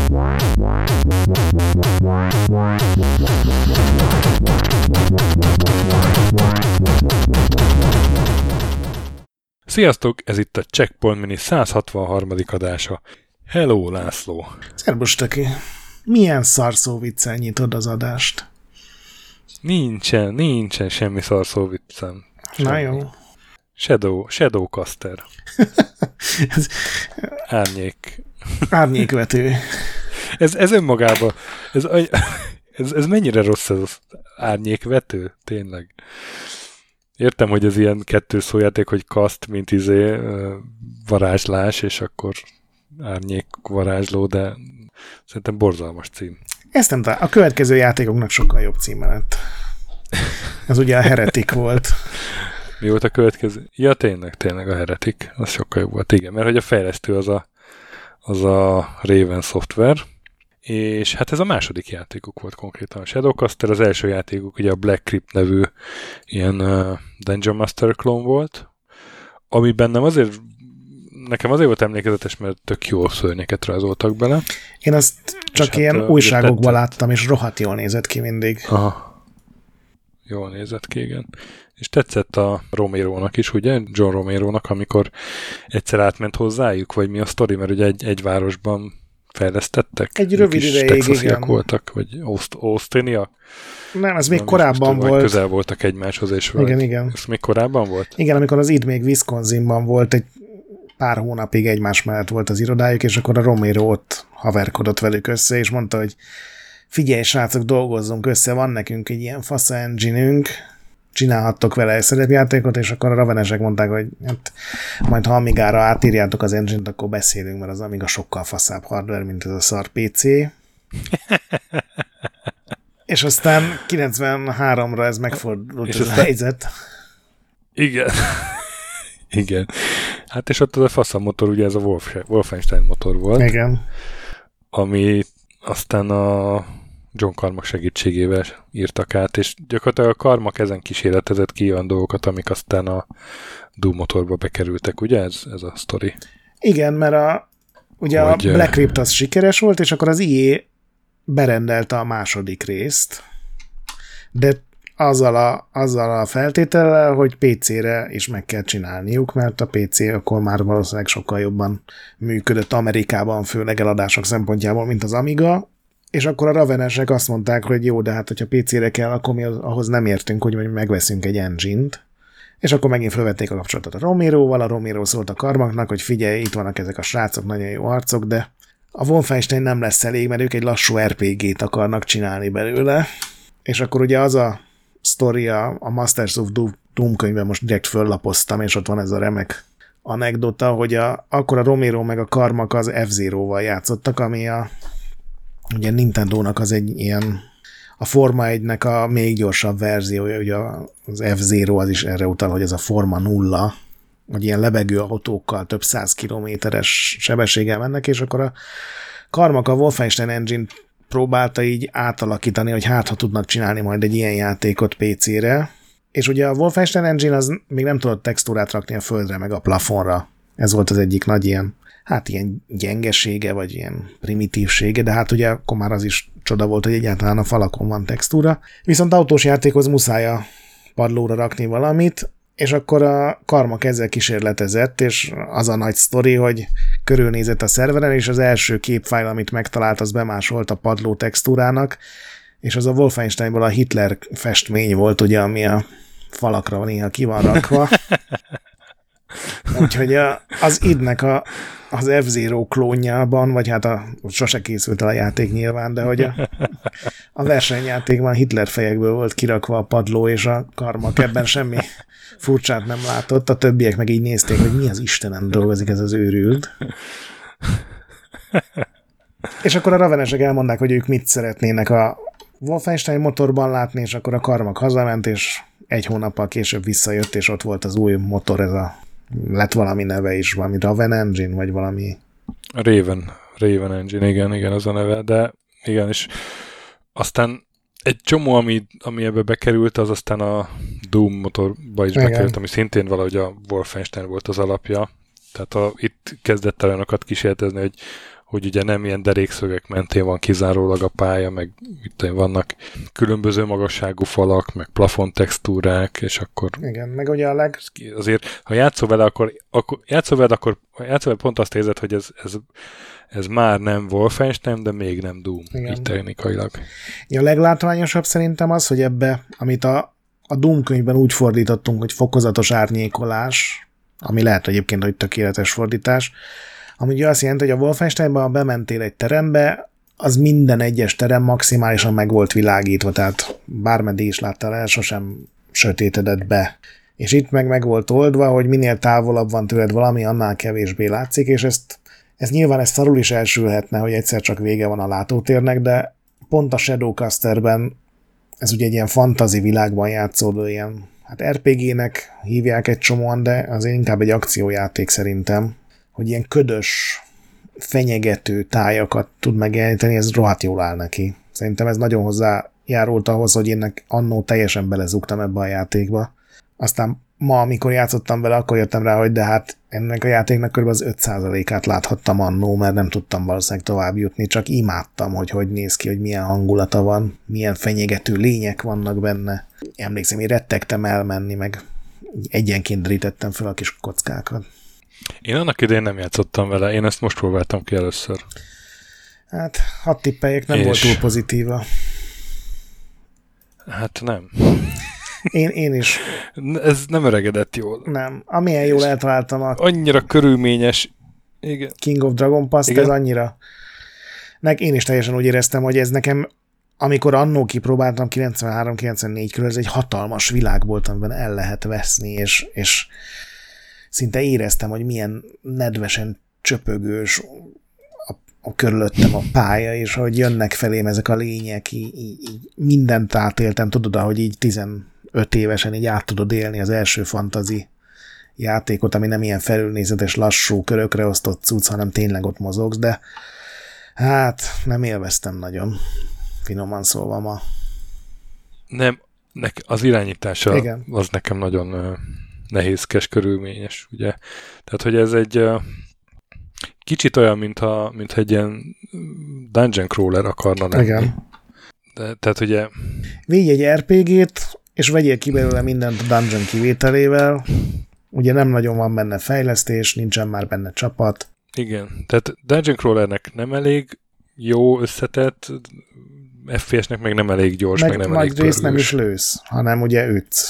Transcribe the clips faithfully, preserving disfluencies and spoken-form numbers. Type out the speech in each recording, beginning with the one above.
Sziasztok, ez itt a Checkpoint Mini száz hatvanharmadik adása. Hello, László! Szerbus, Töki! Milyen szarszó viccel nyitod az adást? Nincsen, nincsen semmi szarszó viccem. Semmi. Na jó. Shadow, Shadowcaster. ez... Árnyék. Árnyékvető. ez, ez önmagában, ez, ez, ez mennyire rossz ez az árnyékvető? Tényleg. Értem, hogy ez ilyen kettő szójáték, hogy kaszt, mint izé varázslás, és akkor árnyék varázsló, de szerintem borzalmas cím. Ezt nem talán. A következő játékoknak sokkal jobb címe lett. Ez ugye a Heretic volt. Mi volt a következő? Ja, tényleg, tényleg a Heretic. Az sokkal jobb volt, igen, mert hogy a fejlesztő az a, az a Raven Software, és hát ez a második játékuk volt konkrétan a Shadowcaster, az első játékuk ugye a Black Crypt nevű ilyen uh, Dungeon Master klón volt, ami bennem azért, nekem azért volt emlékezetes, mert tök jó szörnyeket rajzoltak bele. Én azt csak és ilyen hát, újságokban láttam, és rohadt jól nézett ki mindig. Aha. Jól nézett ki, igen. És tetszett a Romero-nak is, ugye? John Romero-nak, amikor egyszer átment hozzájuk, vagy mi a sztori, mert ugye egy, egy városban fejlesztettek? Egy rövid ideig, igen. voltak, vagy Aust- Austiniak? Nem, ez még korábban volt. Közel voltak egymáshoz, és igen, vagy. igen. Ez még korábban volt? Igen, amikor az id még Wisconsinban volt, egy pár hónapig egymás mellett volt az irodájuk, és akkor a Romero ott haverkodott velük össze, és mondta, hogy figyelj, srácok, dolgozzunk össze, van nekünk egy ilyen fasza engine-ünk, csinálhattok vele egy szerepjátékot, és akkor a Ravenesek mondták, hogy hát, majd ha Amigára átírjátok az engine-t, akkor beszélünk, mert az Amiga sokkal faszább hardware, mint ez a szar pé cé. És aztán kilencvenháromra ez megfordult ez aztán... a helyzet. Igen. Igen. Hát és ott az a fasza motor, ugye ez a Wolf, Wolfenstein motor volt. Igen. Ami aztán a John Carmack segítségével írtak át, és gyakorlatilag a Carmack ezen kísérletezett ki olyan dolgokat, amik aztán a Doom motorba bekerültek, ugye ez, ez a sztori? Igen, mert a, ugye hogy, a Black Crypt az sikeres volt, és akkor az i á berendelte a második részt, de azzal a, azzal a feltétellel, hogy pé cére is meg kell csinálniuk, mert a pé cé akkor már valószínűleg sokkal jobban működött Amerikában, főleg eladások szempontjából, mint az Amiga, és akkor a Ravenesek azt mondták, hogy jó, de hát, hogyha pé cére kell, akkor mi ahhoz nem értünk, hogy megveszünk egy engine-t, és akkor megint felvették a kapcsolatot a Romeroval, a Romero szólt a Carmacknak, hogy figyelj, itt vannak ezek a srácok, nagyon jó arcok, de a Wolfenstein nem lesz elég, mert ők egy lassú er pé gét akarnak csinálni belőle, és akkor ugye az a sztoria, a Masters of Doom könyvben most direkt föllapoztam, és ott van ez a remek anekdota, hogy a, akkor a Romero meg a Carmack az F-Zero-val játszottak, ami a ugye Nintendónak az egy ilyen a Forma egynek a még gyorsabb verziója, ugye az F-Zero az is erre utal, hogy ez a Forma nulla, hogy ilyen lebegő autókkal több száz kilométeres sebességgel mennek, és akkor a Carmack a Wolfenstein Engine próbálta így átalakítani, hogy hát ha tudnak csinálni majd egy ilyen játékot pé cére, és ugye a Wolfenstein Engine az még nem tudott textúrát rakni a földre, meg a plafonra. Ez volt az egyik nagy ilyen, hát ilyen gyengesége, vagy ilyen primitívsége, de hát ugye akkor már az is csoda volt, hogy egyáltalán a falakon van textúra. Viszont autós játékhoz muszáj a padlóra rakni valamit, és akkor a Carmack ezzel kísérletezett, és az a nagy sztori, hogy körülnézett a szerveren, és az első képfájl, amit megtalált, az bemásolt a padló textúrának, és az a Wolfensteinból a Hitler festmény volt, ugye, ami a falakra néha ki van rakva. Úgyhogy a, az idnek a, az F-Zero klónjában, vagy hát a, sose készült el a játék nyilván, de hogy a, a versenyjátékban Hitler fejekből volt kirakva a padló, és a Carmack ebben semmi furcsát nem látott, a többiek meg így nézték, hogy mi az Istenem dolgozik ez az őrült. És akkor a Ravenesek elmondták, hogy ők mit szeretnének a Wolfenstein motorban látni, és akkor a Carmack hazament, és egy hónappal később visszajött, és ott volt az új motor, ez a lett valami neve is, valami Raven Engine, vagy valami... Raven, Raven Engine, igen, igen, az a neve, de igen, és aztán egy csomó, ami, ami ebbe bekerült, az aztán a Doom motorba is igen. bekerült, ami szintén valahogy a Wolfenstein volt az alapja. Tehát a, itt kezdett el olyanokat kísérletezni, hogy hogy ugye nem ilyen derékszögek mentén van kizárólag a pálya, meg itt vannak különböző magasságú falak, meg plafon textúrák, és akkor... Igen, meg ugye a leg... Azért, ha játszol vele, akkor, akkor játszol vele, akkor ha játszol vele, pont azt érzed, hogy ez, ez, ez már nem Wolfenstein, de még nem Doom, igen. Így technikailag. Ja, a leglátványosabb szerintem az, hogy ebbe, amit a, a Doom könyvben úgy fordítottunk, hogy fokozatos árnyékolás, ami lehet egyébként, hogy tökéletes fordítás, ami ugye azt jelenti, hogy a Wolfensteinben, ha bementél egy terembe, az minden egyes terem maximálisan meg volt világítva, tehát bármeddig is láttál el, sosem sötétedett be. És itt meg meg volt oldva, hogy minél távolabb van tőled valami, annál kevésbé látszik, és ezt, ez nyilván ez szarul is elsülhetne, hogy egyszer csak vége van a látótérnek, de pont a Shadowcasterben ez ugye egy ilyen fantasy világban játszódó ilyen, hát er pé gének hívják egy csomóan, de azért inkább egy akciójáték szerintem, hogy ilyen ködös, fenyegető tájakat tud megjeleníteni, ez rohadt jól áll neki. Szerintem ez nagyon hozzájárult ahhoz, hogy én annó teljesen belezugtam ebbe a játékba. Aztán ma, amikor játszottam vele, akkor jöttem rá, hogy de hát ennek a játéknak kb. Az öt százalékát láthattam annó, mert nem tudtam valószínűleg tovább jutni, csak imádtam, hogy hogy néz ki, hogy milyen hangulata van, milyen fenyegető lények vannak benne. Emlékszem, én rettegtem elmenni, meg egyenként drítettem fel a kis kockákat. Én annak idején nem játszottam vele, én ezt most próbáltam ki először. Hát, hadd tippeljek, nem és... volt túl pozitíva. Hát nem. Én, én is. Ez nem öregedett jól. Nem. Amilyen jól eltaláltam a... Annyira körülményes. Igen. King of Dragon Pass, ez annyira... Nek én is teljesen úgy éreztem, hogy ez nekem, amikor annó kipróbáltam kilencvenhárom kilencvennégy körül, ez egy hatalmas világ volt, amiben el lehet veszni, és, és szinte éreztem, hogy milyen nedvesen csöpögős a, a körülöttem a pálya, és hogy jönnek felém ezek a lények, így, így, így mindent átéltem, tudod, ahogy így tizenöt évesen így át tudod élni az első fantasy játékot, ami nem ilyen felülnézetes, lassú, körökre osztott cucc, hanem tényleg ott mozogsz, de hát nem élveztem nagyon, finoman szólva ma. Nem, nek, az irányítása igen. Az nekem nagyon uh, nehézkes, körülményes, ugye. Tehát, hogy ez egy uh, kicsit olyan, mintha, mintha egy ilyen dungeon crawler akarna lenni. Igen. De, tehát ugye... Vigy egy er pé gét, és vegyél ki belőle mindent a dungeon kivételével. Ugye nem nagyon van benne fejlesztés, nincsen már benne csapat. Igen, tehát dungeon crawlernek nem elég jó összetett, ef pé es-nek meg nem elég gyors, meg, meg nem elég nagy rész nem is lősz, hanem ugye ütsz.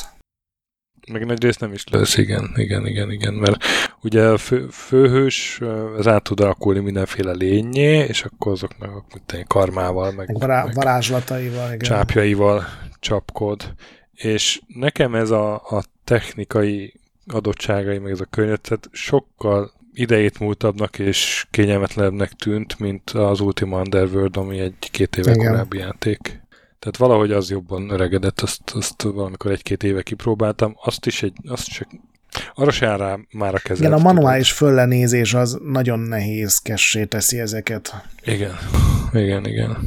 Meg nagy rész nem is lősz, igen, igen, igen, igen, mert ugye a fő, főhős az át tud alakulni mindenféle lényé, és akkor azoknak a karmával, meg, meg, vará, meg varázslataival, igen. Csápjaival csapkod. És nekem ez a, a technikai adottságai, meg ez a környezet sokkal idejét múltabbnak és kényelmetlenebbnek tűnt, mint az Ultima Underworld, ami egy két éve igen. korábbi játék. Tehát valahogy az jobban öregedett, azt, azt valamikor egy-két éve kipróbáltam, azt is egy, azt csak, arra se áll rá már a kezed. Igen, a manuális föllenézés az nagyon nehézkessé teszi ezeket. Igen, igen, igen.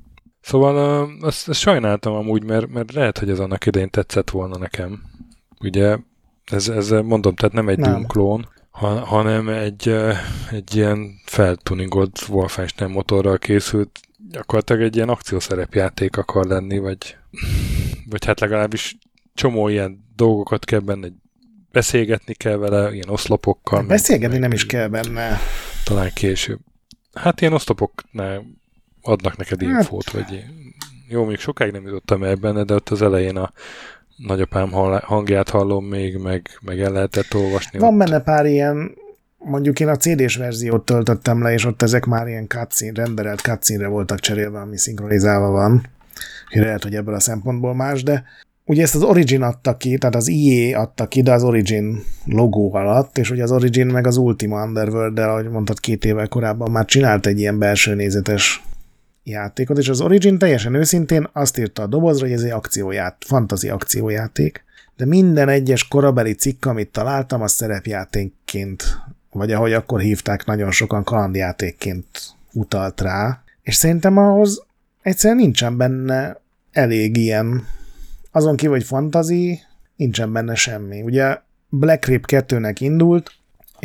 Szóval uh, azt, azt sajnáltam amúgy, mert, mert lehet, hogy ez annak idején tetszett volna nekem. Ugye, ez, ez mondom, tehát nem egy nem. Doom klón, han, hanem egy, uh, egy ilyen feltuningolt Wolfenstein motorral készült, gyakorlatilag egy ilyen akciószerepjáték akar lenni, vagy, vagy hát legalábbis csomó ilyen dolgokat kell benne, beszélgetni kell vele, ilyen oszlopokkal. Beszélgetni meg, nem is kell benne. Talán később. Hát ilyen oszlopoknál adnak neked hát. infót, vagy ilyen. Jó, még sokáig nem jutottam el benne, de ott az elején a nagyapám hangját hallom még, meg, meg el lehetett olvasni. Van ott. benne pár ilyen, mondjuk én a cé dés verziót töltöttem le, és ott ezek már ilyen cutscene, renderelt cutscene-re voltak cserélve, ami szinkronizálva van. Lehet, hogy ebből a szempontból más, de ugye ezt az Origin adta ki, tehát az i á adta ki, de az Origin logó alatt, és ugye az Origin meg az Ultima Underworld-del, ahogy mondtad, két évvel korábban már csinált egy ilyen belső nézetes játékot, és az Origin teljesen őszintén azt írta a dobozra, hogy ez egy akcióját, fantasy akciójáték, de minden egyes korabeli cikk, amit találtam, az szerepjátékként, vagy ahogy akkor hívták, nagyon sokan kalandjátékként utalt rá, és szerintem ahhoz egyszerűen nincsen benne elég ilyen, azon kívül, hogy fantasy, nincsen benne semmi. Ugye Black Crypt kettőnek indult,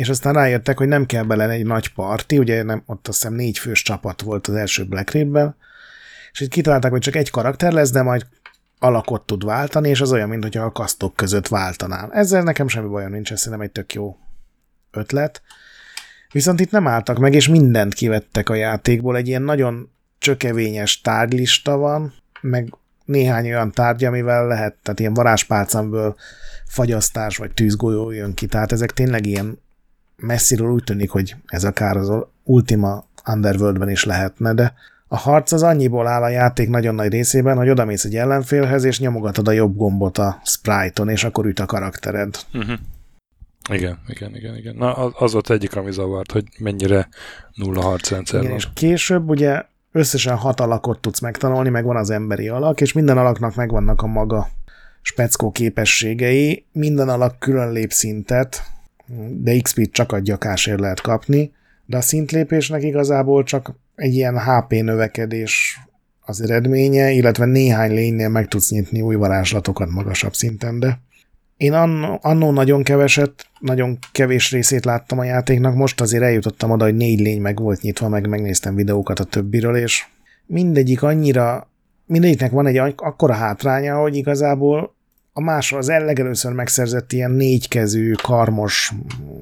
és aztán rájöttek, hogy nem kell bele egy nagy parti, ugye nem, ott azt hiszem négy fős csapat volt az első Black Raid-ben, és itt kitalálták, hogy csak egy karakter lesz, de majd alakot tud váltani, és az olyan, mintha a kasztok között váltanál. Ezzel nekem semmi bajom nincs, ez szerintem egy tök jó ötlet. Viszont itt nem álltak meg, és mindent kivettek a játékból. Egy ilyen nagyon csökevényes tárgylista van, meg néhány olyan tárgy, amivel lehet, tehát ilyen varázspálcámből fagyasztás vagy tűzgolyó jön ki. Tehát ezek tényleg ilyen messziről úgy tűnik, hogy ez akár az Ultima Underworldben is lehetne, de a harc az annyiból áll a játék nagyon nagy részében, hogy odamész egy ellenfélhez, és nyomogatod a jobb gombot a sprite-on, és akkor üt a karaktered. Uh-huh. Igen, igen, igen, igen. Na, az volt egyik, ami zavart, hogy mennyire nulla harcrendszer igen, van. És később ugye összesen hat alakot tudsz megtanulni, meg van az emberi alak, és minden alaknak megvannak a maga speckó képességei, minden alak külön lép szintet, de iksz pét csak a gyakásért lehet kapni, de a szintlépésnek igazából csak egy ilyen há pé növekedés az eredménye, illetve néhány lénynél meg tudsz nyitni új varázslatokat magasabb szinten, de én annó, annó nagyon keveset, nagyon kevés részét láttam a játéknak, most azért eljutottam oda, hogy négy lény meg volt nyitva, meg megnéztem videókat a többiről, és mindegyik annyira, mindegyiknek van egy akkora hátránya, hogy igazából a más, az legelőször megszerzett ilyen négykezű, karmos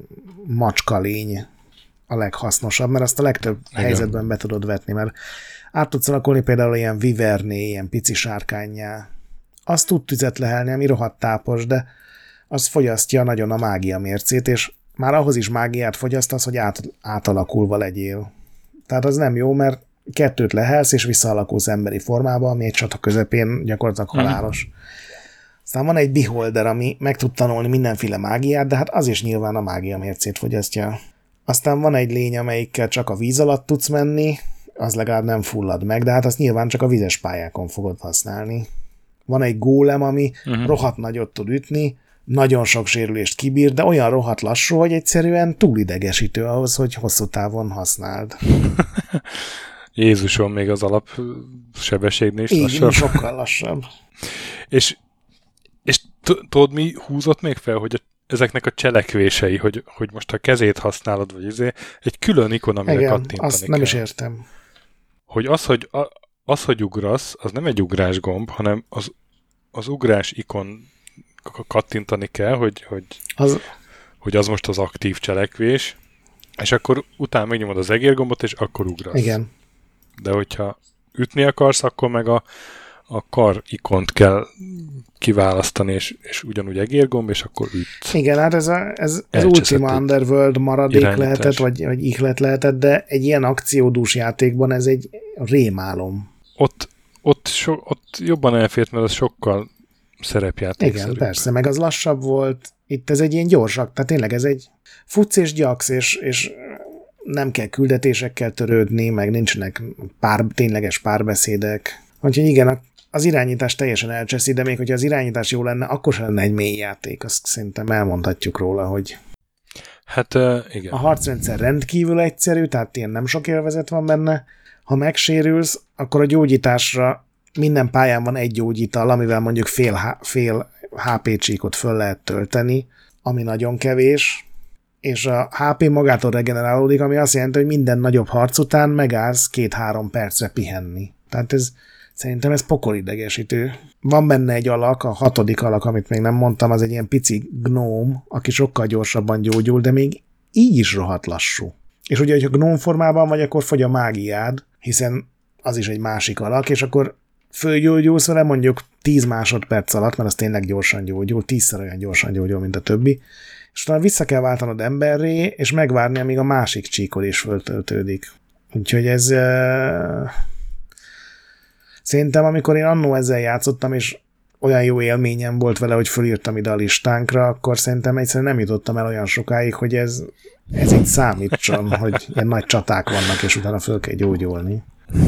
macska lény a leghasznosabb, mert azt a legtöbb igen. helyzetben be tudod vetni, mert át tudsz alakulni például ilyen viverné, ilyen pici sárkánnyá. Azt tud tüzet lehelni, ami rohadt tápos, de az fogyasztja nagyon a mágia mércét, és már ahhoz is mágiát fogyasztasz, hogy át, átalakulva legyél. Tehát az nem jó, mert kettőt lehelsz, és visszaalakulsz emberi formába, ami egy csata közepén gyakorlatilag halálos. Mm. Aztán van egy beholder, ami meg tud tanulni mindenféle mágiát, de hát az is nyilván a mágia mércét fogyasztja. Aztán van egy lény, amelyikkel csak a víz alatt tudsz menni, az legalább nem fullad meg, de hát azt nyilván csak a vizes pályákon fogod használni. Van egy gólem, ami uh-huh. rohadt nagyot tud ütni, nagyon sok sérülést kibír, de olyan rohadt lassú, hogy egyszerűen túl idegesítő ahhoz, hogy hosszú távon használd. Jézusom, még az alap sebességnél is így, lassabb. sokkal lassabb. és és tudod, mi húzott még fel, hogy a, ezeknek a cselekvései, hogy, hogy most a kezét használod, vagy izé, egy külön ikon, amire igen, kattintani azt kell. nem is értem. Hogy az, hogy, a, az, hogy ugrasz, az nem egy ugrás gomb, hanem az, az ugrás ikon kattintani kell, hogy, hogy, az... hogy az most az aktív cselekvés, és akkor utána megnyomod az egérgombot, és akkor ugrasz. Igen. De hogyha ütni akarsz, akkor meg a a kar ikont kell kiválasztani, és, és ugyanúgy egérgomb, és akkor üt. Igen, hát ez, a, ez, ez Ultima Underworld maradék irányítás. lehetett, vagy, vagy ihlet lehetett, de egy ilyen akciódús játékban ez egy rémálom. Ott, ott, so, ott jobban elfért, mert az sokkal szerepjáték. Igen, persze, meg az lassabb volt. Itt ez egy ilyen gyorsak, tehát tényleg ez egy futsz és gyaksz, és, és nem kell küldetésekkel törődni, meg nincsenek pár, tényleges párbeszédek. Úgyhogy igen, az irányítás teljesen elcseszi, de még hogyha az irányítás jó lenne, akkor sem lenne egy mély játék. Azt szerintem elmondhatjuk róla, hogy hát uh, igen. A harcrendszer rendkívül egyszerű, tehát ilyen nem sok élvezet van benne. Ha megsérülsz, akkor a gyógyításra minden pályán van egy gyógyítal, amivel mondjuk fél, fél há pé csíkot föl lehet tölteni, ami nagyon kevés, és a há pé magától regenerálódik, ami azt jelenti, hogy minden nagyobb harc után megállsz két-három percre pihenni. Tehát ez szerintem ez pokolidegesítő. Van benne egy alak, a hatodik alak, amit még nem mondtam, az egy ilyen pici gnóm, aki sokkal gyorsabban gyógyul, de még így is rohadt lassú. És ugye, hogyha gnóm formában vagy, akkor fogy a mágiád, hiszen az is egy másik alak, és akkor fölgyógyulsz vele mondjuk tíz másodperc alatt, mert az tényleg gyorsan gyógyul, tízszer olyan gyorsan gyógyul, mint a többi, és utána vissza kell váltanod emberré, és megvárni, amíg a másik csíkod is föltöltődik. Úgyhogy ez... Uh... Szerintem, amikor én annó ezzel játszottam, és olyan jó élményem volt vele, hogy fölírtam ide a listánkra, akkor szerintem egyszerűen nem jutottam el olyan sokáig, hogy ez, ez így számítson, hogy ilyen nagy csaták vannak, és utána föl kell gyógyulni.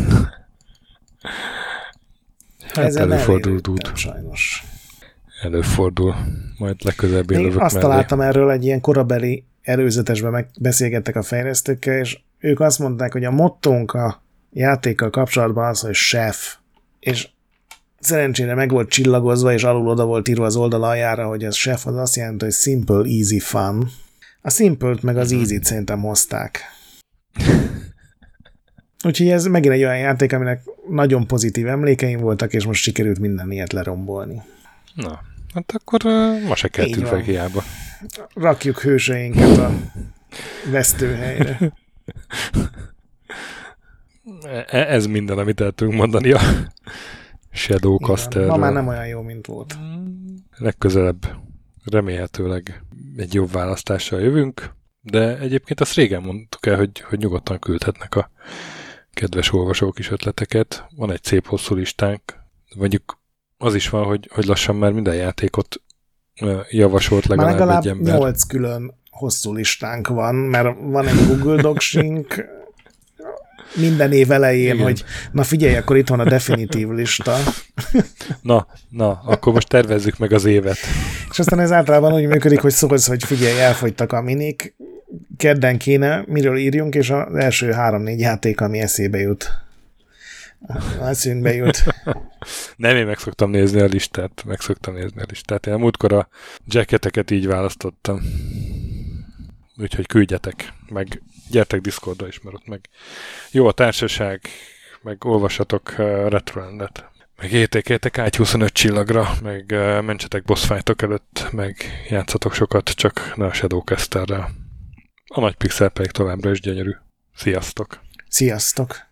Hát ezzel előfordul, tud. Sajnos. Előfordul. Majd legközelebb élövök azt mellé. találtam erről egy ilyen korabeli előzetesben, beszélgettek a fejlesztőkkel, és ők azt mondták, hogy a mottónk a játékkal kapcsolatban az, hogy chef, és szerencsére meg volt csillagozva, és alul oda volt írva az oldal aljára, hogy ez chef az azt jelenti, hogy simple, easy, fun. A Simple-t meg az Easy-t szerintem hozták. Úgyhogy ez megint egy olyan játék, aminek nagyon pozitív emlékeim voltak, és most sikerült minden ilyet lerombolni. Na, hát akkor uh, ma se keltünk fel hiába. Rakjuk hőseinket a vesztőhelyre. Ez minden, amit el tudunk mondani a Shadowcaster. Ma már nem olyan jó, mint volt. Legközelebb remélhetőleg egy jobb választással jövünk, de egyébként azt régen mondtuk el, hogy, hogy nyugodtan küldhetnek a kedves olvasók is ötleteket. Van egy szép hosszú listánk, mondjuk az is van, hogy, hogy lassan már minden játékot javasolt legalább, már legalább egy ember. nyolc külön hosszú listánk van, mert van egy Google Docs-ink minden év elején, igen, hogy na figyelj, akkor itt van a definitív lista. Na, na, akkor most tervezzük meg az évet. És aztán ez általában úgy működik, hogy szólsz, hogy figyelj, elfogytak a minik, kedden kéne, miről írjunk, és az első három-négy játék, ami eszébe jut. Eszünkbe jut. Nem, én meg szoktam nézni a listát, meg szoktam nézni a listát. Én a múltkor a jacketeket így választottam. Úgyhogy küldjetek, meg gyertek Discordra is, mert ott meg jó a társaság, meg olvassatok uh, Retrolandet, meg értékeljetek ágy huszonöt csillagra, meg uh, mentsetek boss fightok előtt, meg játszatok sokat, csak ne a Shadowcasterrel. A nagy pixel pedig továbbra is gyönyörű. Sziasztok! Sziasztok!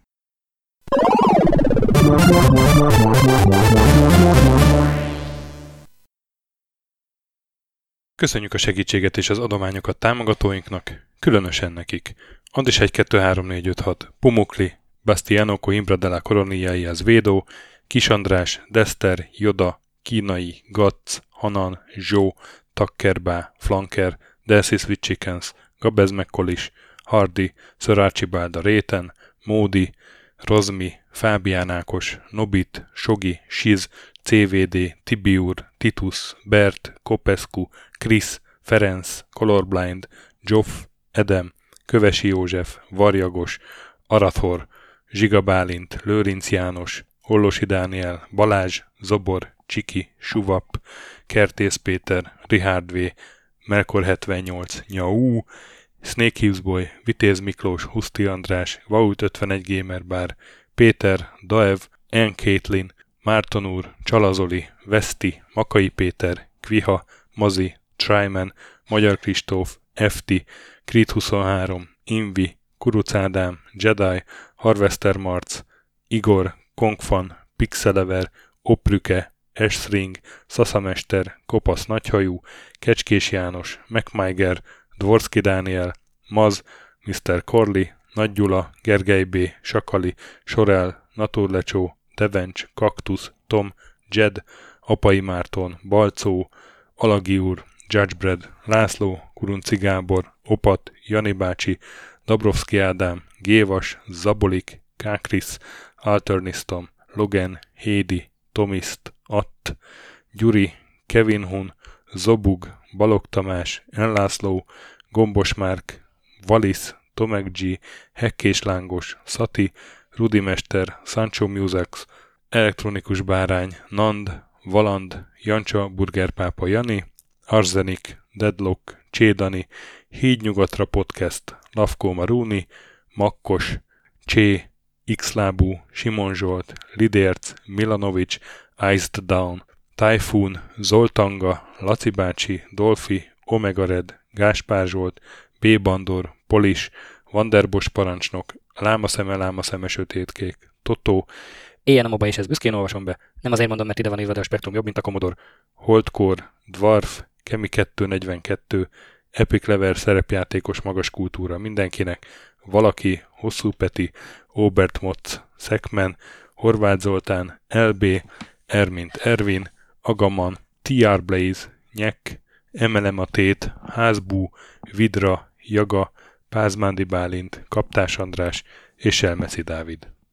Köszönjük a segítséget és az adományokat támogatóinknak, különösen nekik. Andis egy kettő három négy öt hat, Pumukli, Bastiano Coimbra de la Coronilla Védó, Kis András, Dester, Joda, Kínai, Gatz, Hanan, Zsó, Takkerbá, Flanker, Delcy Sweet Chickens, Gabez Mekkolis, Hardy, Sir Archibald a Réten, Módi, Rozmi, Fábián Ákos, Nobit, Sogi, Siz, cé vé dé, Tibiur, Titus, Bert, Kopescu, Krisz, Ferenc, Colorblind, Zsoff, Edem, Kövesi József, Varjagos, Arathor, Zsiga Bálint, Lőrinc János, Hollosi Dániel, Balázs, Zobor, Csiki, Suvap, Kertész Péter, Richard V, Melkor hetvennyolc, Nyau, Snake Hughes Vitéz Miklós, Huszti András, Vaut ötvenegy Gamerbar, Péter, Daev, N. Caitlin, Márton úr, Csalazoli, Veszti, Makai Péter, Kviha, Mazi, Tryman, Magyar Kristóf, ef té, Creed huszonhárom, Invi, Kuruc Ádám, Jedi, Harvester Marc, Igor, Kongfan, Pixelever, Oprüke, Esring, Szaszamester, Kopasz Nagyhajú, Kecskés János, MacMiger, Dvorski Dániel, Maz, miszter Corley, Nagy Gyula, Gergely B., Sakali, Sorel, Naturlecsó, Devencs, Kaktusz, Tom, Jed, Apai Márton, Balcó, Alagi úr, Judgebred, László, Kurunci Gábor, Opat, Jani bácsi, Dabrowski Ádám, Gévas, Zabolik, Kákris, Alternisztom, Logan, Hédi, Tomiszt, Att, Gyuri, Kevin Hun, Zobug, Balog Tamás, Enlászló, Gombos Márk, Valisz, Tomek G, Hekkés Lángos, Szati, Rudimester, Sancho Musex, Elektronikus Bárány, Nand, Valand, Jancsa, Burgerpápa Jani, Arzenik, Deadlock, Csédani, Hídnyugatra Podcast, Lavkó Maruni, Makkos, Csé, Xlábú, Simon Zsolt, Lidérc, Milanovic, Iced Down, Typhoon, Zoltanga, Laci bácsi, Dolfi, Omega Red, Gáspár Zsolt, B. Bandor, Polis, Vanderbos parancsnok, Lámaszeme, Lámaszeme sötétkék, Totó, Éjjel a moba, és ezt büszkén olvasom be. Nem azért mondom, mert ide van írva, de a spektrum jobb, mint a Commodore. Holdcore, Dwarf, Kemi kettő negyvenkettő, Epic Lever szerepjátékos magas kultúra mindenkinek, Valaki, Hosszú Peti, Óbert Motz, Szekmen, Horváth Zoltán, el bé, Ermint Ervin, Agaman, té er Blaze, Nyek, em el em a Tét, Házbú, Vidra, Jaga, Pázmándi Bálint, Kaptás András és Elmeszi Dávid.